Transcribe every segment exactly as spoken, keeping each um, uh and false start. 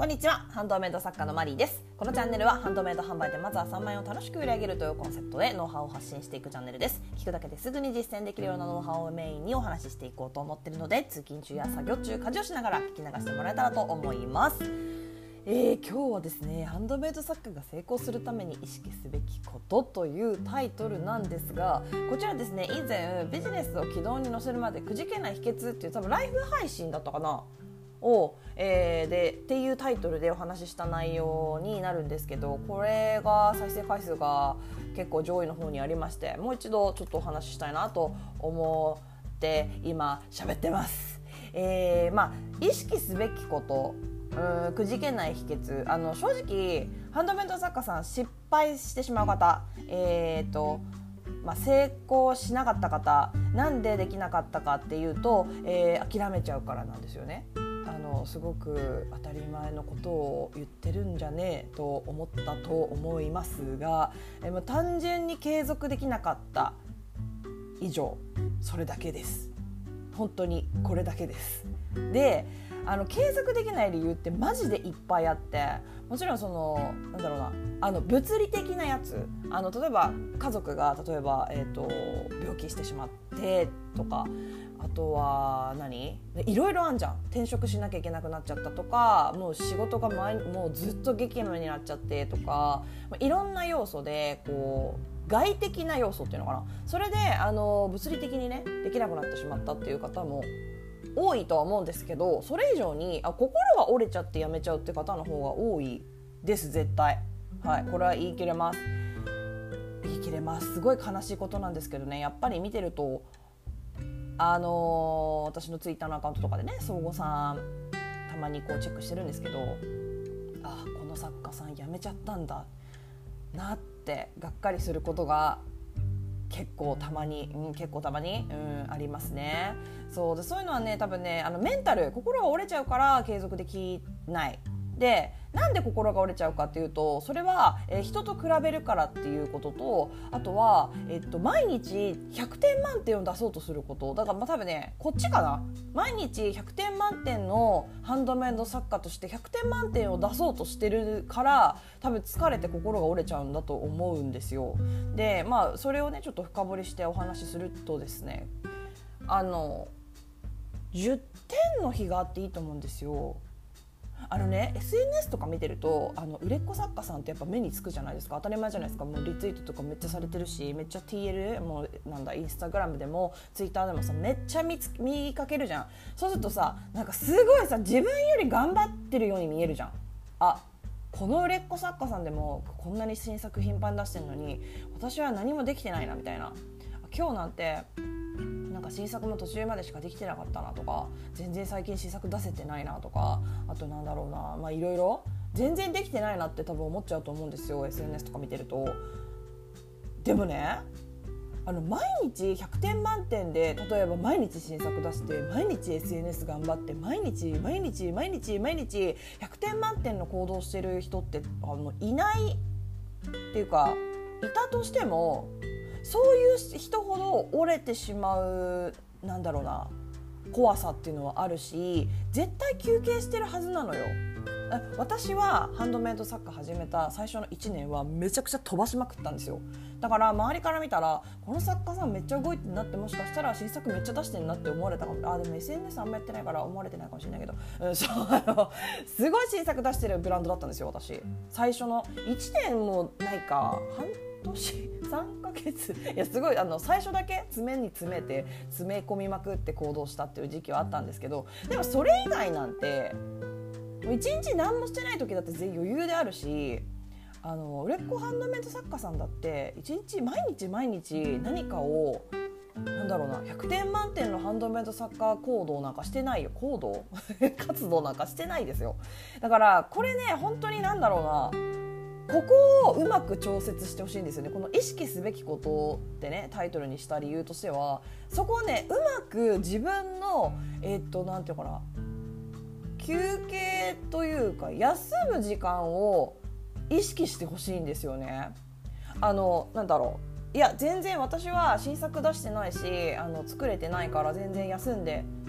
こんにちは、ハンドメイド作家のマリーです。このチャンネルはハンドメイド販売でまずはさんまん円を楽しく売り上げるというコンセプトでノウハウを発信していくチャンネルです。聞くだけですぐに実践できるようなノウハウをメインにお話ししていこうと思っているので、通勤中や作業中、家事をしながら聞き流してもらえたらと思います。えー、今日はですね、ハンドメイド作家が成功するために意識すべきことというタイトルなんですが、こちらですね、以前ビジネスを軌道に乗せるまでくじけない秘訣っていう多分ライブ配信だったかなを、えー、でっていうタイトルでお話しした内容になるんですけど、これが再生回数が結構上位の方にありまして、もう一度ちょっとお話ししたいなと思って今喋ってます。えー、まあ意識すべきこと、うーんくじけない秘訣、あの正直ハンドメイド作家さん失敗してしまう方、えーとまあ、成功しなかった方、なんでできなかったかっていうと、えー、諦めちゃうからなんですよね。あのすごく当たり前のことを言ってるんじゃねえと思ったと思いますが、えー、単純に継続できなかった以上、それだけです。本当にこれだけです。で、あの継続できない理由ってマジでいっぱいあって、もちろんそのなんだろうな、あの物理的なやつ、あの例えば家族が例えば、えーと、病気してしまってとか、あとは何いろいろあんじゃん。転職しなきゃいけなくなっちゃったとか、もう仕事が前もうずっと激務になっちゃってとか、いろんな要素でこう外的な要素っていうのかな、それであの物理的にねできなくなってしまったっていう方も多いとは思うんですけど、それ以上にあ心が折れちゃってやめちゃうって方の方が多いです絶対。はい、これは言い切れます言い切れますすごい悲しいことなんですけどね、やっぱり見てるとあのー、私のツイッターのアカウントとかでね、相互さんたまにこうチェックしてるんですけど、あこの作家さん辞めちゃったんだなってがっかりすることが結構たまに、うん、結構たまに、うん、ありますね。そうで、そういうのはね、多分ね、あのメンタル、心が折れちゃうから継続できないで、なんで心が折れちゃうかっていうと、それは、えー、人と比べるからっていうことと、あとは、えっと、毎日ひゃくてん満点を出そうとすること。だからまあ多分ね、こっちかな、毎日ひゃくてん満点のハンドメイド作家としてひゃくてん満点を出そうとしてるから、多分疲れて心が折れちゃうんだと思うんですよ。で、まあそれをねちょっと深掘りしてお話しするとですね、あのじゅってんの日があっていいと思うんですよ。あのね、エスエヌエス とか見てると、あの売れっ子作家さんってやっぱ目につくじゃないですか。当たり前じゃないですか。もうリツイートとかめっちゃされてるし、めっちゃ ティーエル もうなんだインスタグラムでもツイッターでもさ、めっちゃ 見, つ見かけるじゃん。そうするとさ、なんかすごいさ、自分より頑張ってるように見えるじゃん。あ、この売れっ子作家さんでもこんなに新作頻繁に出してるのに、私は何もできてないなみたいな。今日なんてなんか新作も途中までしかできてなかったなとか、全然最近新作出せてないなとか、あとなんだろうな、まあいろいろ全然できてないなって多分思っちゃうと思うんですよ、 エスエヌエス とか見てると。でもね、あの毎日ひゃくてん満点で、例えば毎日新作出して、毎日 エスエヌエス 頑張って、毎日毎日毎日毎日ひゃくてん満点の行動してる人ってあのいないっていうか、いたとしてもそういう人ほど折れてしまう、なんだろうな、怖さっていうのはあるし、絶対休憩してるはずなのよ。私はハンドメイド作家始めた最初のいちねんはめちゃくちゃ飛ばしまくったんですよ。だから周りから見たら、この作家さんめっちゃ動いてるなって、もしかしたら新作めっちゃ出してるなって思われたかも。あでも エスエヌエス あんまやってないから思われてないかもしれないけど、うん、そうあのすごい新作出してるブランドだったんですよ私。最初のいちねんもないか半年さんかげつ、いやすごい、あの最初だけ詰めに詰めて詰め込みまくって行動したっていう時期はあったんですけど、でもそれ以外なんていちにち何もしてない時だって全然余裕であるし、あの売れっ子ハンドメイド作家さんだっていちにち毎日毎日何かを、なんだろうな、ひゃくてん満点のハンドメイド作家行動なんかしてないよ。行動活動なんかしてないですよ。だからこれね、本当になんだろうな、ここをうまく調節してほしいんですよね。この意識すべきことってね、タイトルにした理由としては、そこをね、うまく自分のえー、っとなんていうかな、休憩というか休む時間を意識してほしいんですよね。あのなんだろう、いや全然私は新作出してないし、あの作れてないから全然休んで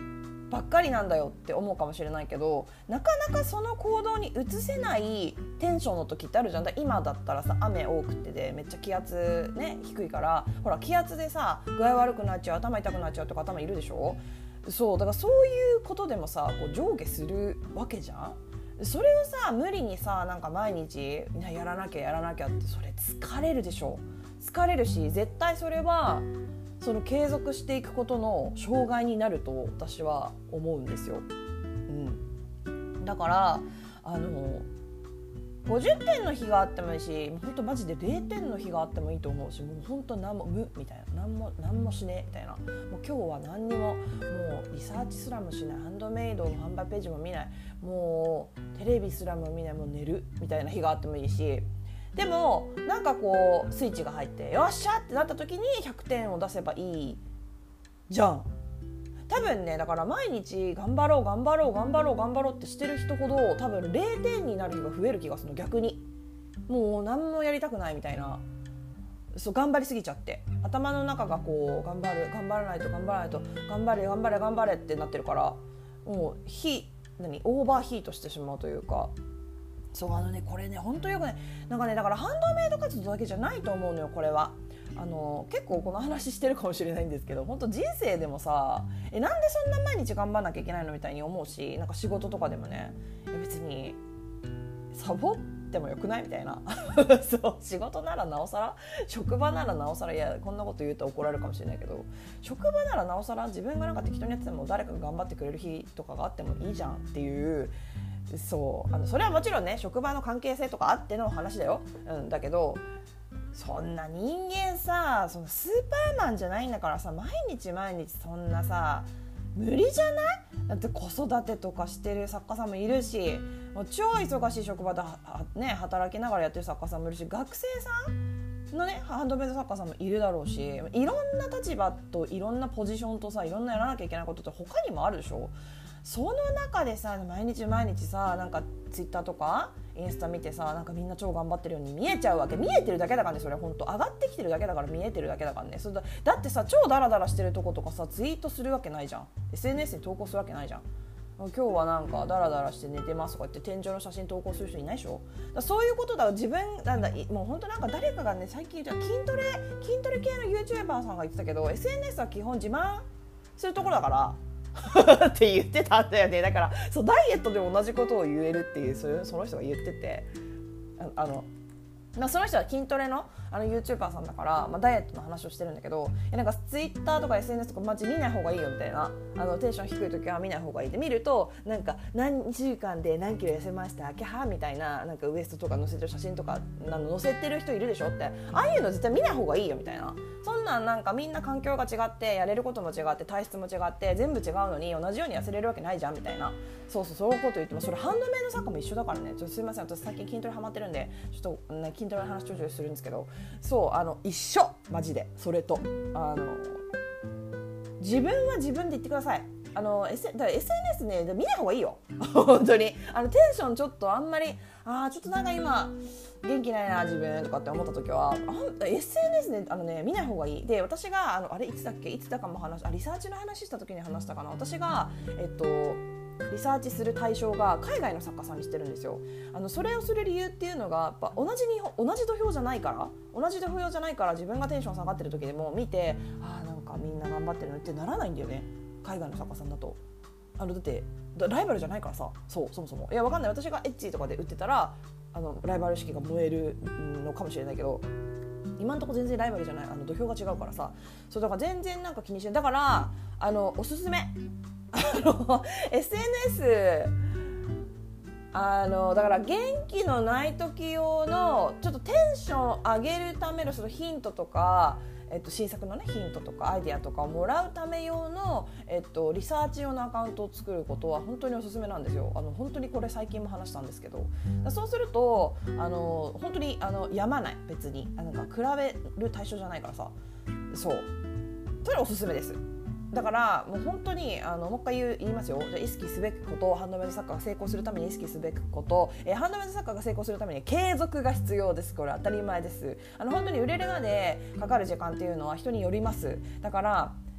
ばっかりなんだよって思うかもしれないけど、なかなかその行動に移せないテンションの時ってあるじゃん。だ今だったらさ雨多くてでめっちゃ気圧ね低いから、ほら気圧でさ具合悪くなっちゃう、頭痛くなっちゃうとか頭いるでしょ。そうだからそういうことでもさこう上下するわけじゃん。それをさ無理にさなんか毎日やらなきゃやらなきゃって、それ疲れるでしょ。疲れるし絶対それはその継続していくことの障害になると私は思うんですよ、うん、だからあのごじゅってんの日があってもいいし、本当マジでれいてんの日があってもいいと思うし、もう本当何も無みたいな、何も何もしねえみたいな、もう今日は何にももうリサーチすらもしない、ハンドメイドの販売ページも見ない、もうテレビすらも見ない、もう寝るみたいな日があってもいいし、でもなんかこうスイッチが入ってよっしゃってなった時にひゃくてんを出せばいいじゃん。多分ね、だから毎日頑張ろう頑張ろう頑張ろう頑張ろうってしてる人ほど多分れいてんになる日が増える気がするの。逆にもう何もやりたくないみたいな、そう頑張りすぎちゃって頭の中がこう頑張る頑張らないと頑張らないと頑張れ頑張れ頑張れってなってるから、もうヒ何オーバーヒートしてしまうというか。そうあのねこれね本当よくね、なんかねだからハンドメイド活動だけじゃないと思うのよこれは。あの結構この話してるかもしれないんですけど、本当人生でもさえなんでそんな毎日頑張んなきゃいけないのみたいに思うし、なんか仕事とかでもね別にサボってもよくないみたいなそう仕事ならなおさら、職場ならなおさら、いやこんなこと言うと怒られるかもしれないけど、職場ならなおさら自分がなんか適当にやってても誰かが頑張ってくれる日とかがあってもいいじゃんっていう、そうあのそれはもちろんね職場の関係性とかあっての話だよ、うん、だけどそんな人間さそのスーパーマンじゃないんだからさ、毎日毎日そんなさ無理じゃない？だって子育てとかしてる作家さんもいるし、もう超忙しい職場で、ね、働きながらやってる作家さんもいるし、学生さんのねハンドメイド作家さんもいるだろうし、いろんな立場といろんなポジションとさいろんなやらなきゃいけないことって他にもあるでしょ。その中でさ毎日毎日さなんかツイッターとかインスタ見てさなんかみんな超頑張ってるように見えちゃうわけ。見えてるだけだからね、それ本当上がってきてるだけだから見えてるだけだからね。それだ、だってさ超ダラダラしてるとことかさツイートするわけないじゃん。 エスエヌエス に投稿するわけないじゃん。今日はなんかダラダラして寝てますとか言って天井の写真投稿する人いないでしょ。だそういうことだ。自分なんだもう本当なんか誰かがね最近言った筋トレ筋トレ系の YouTuber さんが言ってたけど エスエヌエス は基本自慢するところだからって言ってたんだよね。だからそうダイエットで同じことを言えるっていう、そその人が言ってて、ああのまあ、その人は筋トレの、あの YouTuber さんだから、まあ、ダイエットの話をしてるんだけど、なんか Twitter とか エスエヌエス とかマジ見ない方がいいよみたいな、あのテンション低い時は見ない方がいいって見るとなんか何週間で何キロ痩せましたキャハみたいな、なんかウエストとか載せてる写真とかあの載せてる人いるでしょって、ああいうの絶対見ない方がいいよみたいな。そんなんなんかみんな環境が違ってやれることも違って体質も違って全部違うのに同じように痩せれるわけないじゃんみたいな。そうそうそういうこと言ってもそれハンドメイド作家も一緒だからね。ちょっとすいません私最近筋トレハマってるんでちょっと、ね、筋トレの話ちょいちょいするんですけど、そうあの一緒マジでそれとあの自分は自分で言ってください。あの エスエヌエス ね見ない方がいいよ本当に。あのテンションちょっとあんまりあちょっとなんか今元気ないな自分とかって思った時はあ エスエヌエス ねあのね見ない方がいい。で私があのあれいつだっけいつだかも話あリサーチの話した時に話したかな。私がえっとリサーチする対象が海外の作家さんにしてるんですよ。あのそれをする理由っていうのがやっぱ同じ日本同じ土俵じゃないから同じ土俵じゃないから自分がテンション下がってる時でも見てあなんかみんな頑張ってるのってならないんだよね。海外の作家さんだとあのだってライバルじゃないからさ。そうそもそもいやわかんない。私がエッチとかで売ってたらあのライバル意識が燃えるのかもしれないけど今のところ全然ライバルじゃない。あの土俵が違うからさ。そうだから全然なんか気にしてだからあのおすすめあの エスエヌエス あのだから元気のない時用のちょっとテンション上げるためのそのヒントとか、えっと、新作のねヒントとかアイディアとかをもらうため用の、えっと、リサーチ用のアカウントを作ることは本当におすすめなんですよ。あの本当にこれ最近も話したんですけど、そうするとあの本当にあの病まない。別になんか比べる対象じゃないからさ。そうそれおすすめです。だからもう本当にあのもう一回 言, 言いますよ。じゃあ意識すべきことハンドメイド作家が成功するために意識すべきこと、えー、ハンドメイド作家が成功するために継続が必要です。これ当たり前です。あの本当に売れるまでかかる時間っていうのは人によります。だから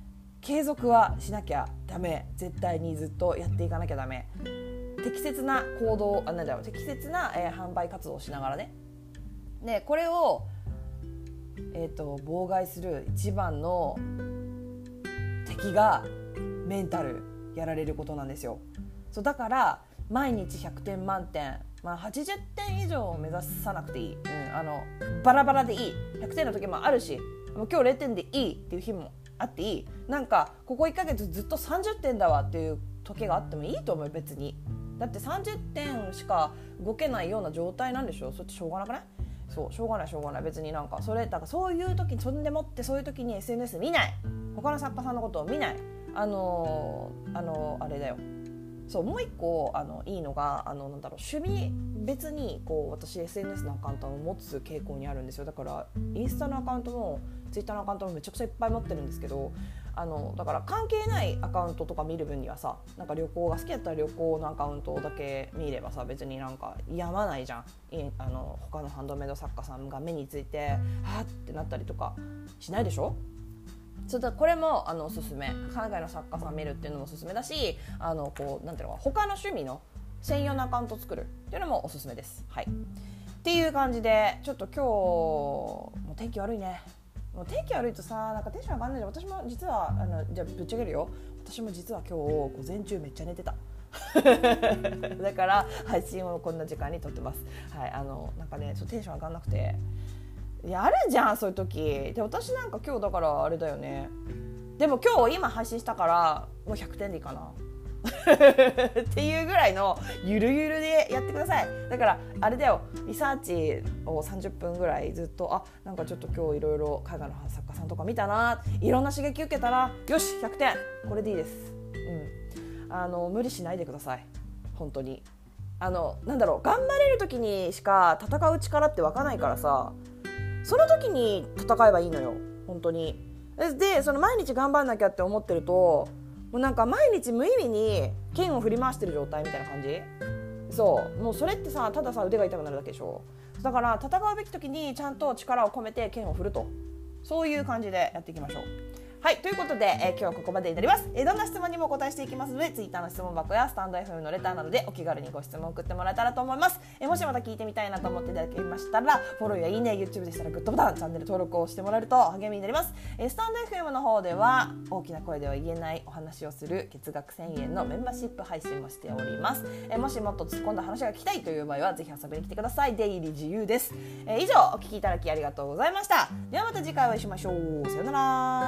継続はしなきゃダメ。絶対にずっとやっていかなきゃダメ。適切な行動あなんだろう適切な、えー、販売活動をしながらね。でこれを、えーと、妨害する一番の敵がメンタルやられることなんですよ。そうだから毎日ひゃくてん満点、まあ、はちじゅってん以上を目指さなくていい、うん、あのバラバラでいい。ひゃくてんの時もあるし、もう今日れいてんでいいっていう日もあっていい。なんかここいっかげつずっとさんじゅってんだわっていう時があってもいいと思う。別にだってさんじゅってんしか動けないような状態なんでしょ。そっちしょうがなくない？そうしょうがないしょうがない。別になんかそれだからそういう時そんでもってそういう時に エスエヌエス 見ない、他の作家さんのことを見ない、あのー、あのー、あれだよ。そうもう一個あのいいのがあのなんだろう趣味別にこう私 エスエヌエス のアカウントを持つ傾向にあるんですよ。だからインスタのアカウントもツイッターのアカウントもめちゃくちゃいっぱい持ってるんですけど、あのだから関係ないアカウントとか見る分にはさ、なんか旅行が好きだったら旅行のアカウントだけ見ればさ別になんかやまないじゃん。あの他のハンドメイド作家さんが目についてはーってなったりとかしないでしょ。そうだこれもあのおすすめ。海外の作家さん見るっていうのもおすすめだし、あのこうなんていうのか他の趣味の専用のアカウントを作るっていうのもおすすめです。はい。っていう感じでちょっと今日もう天気悪いね。もう天気悪いとさなんかテンション上がんないじゃん。私も実はあのじゃあぶっちゃけるよ。私も実は今日午前中めっちゃ寝てた。だから配信をこんな時間に撮ってます。はい。あのなんかねちょっとテンション上がんなくて。やるじゃんそういう時で。私なんか今日だからあれだよね。でも今日今配信したからもうひゃくてんでいいかなっていうぐらいのゆるゆるでやってください。だからあれだよ、リサーチをさんじゅっぷんぐらいずっとあなんかちょっと今日いろいろ海外の作家さんとか見たな、いろんな刺激受けたらよしひゃくてんこれでいいです。うん、あの無理しないでください本当に。あのなんだろう頑張れる時にしか戦う力って湧かないからさ、その時に戦えばいいのよ本当に。でその毎日頑張んなきゃって思ってるともうなんか毎日無意味に剣を振り回してる状態みたいな感じ。そうもうそれってさたださ腕が痛くなるだけでしょ。だから戦うべき時にちゃんと力を込めて剣を振ると、そういう感じでやっていきましょう。はいということで、えー、今日はここまでになります。えー、どんな質問にもお答えしていきますので Twitter の質問箱やスタンド エフエム のレターなどでお気軽にご質問を送ってもらえたらと思います。えー、もしまた聞いてみたいなと思っていただけましたらフォローやいいね YouTube でしたらグッドボタンチャンネル登録をしてもらえると励みになります。えー、スタンド エフエム の方では大きな声では言えないお話をする月額せんえんのメンバーシップ配信もしております。えー、もしもっと突っ込んだ話が聞きたいという場合はぜひ遊びに来てください。出入り自由です。えー、以上お聞きいただきありがとうございました。ではまた次回お会いしましょう。さようなら。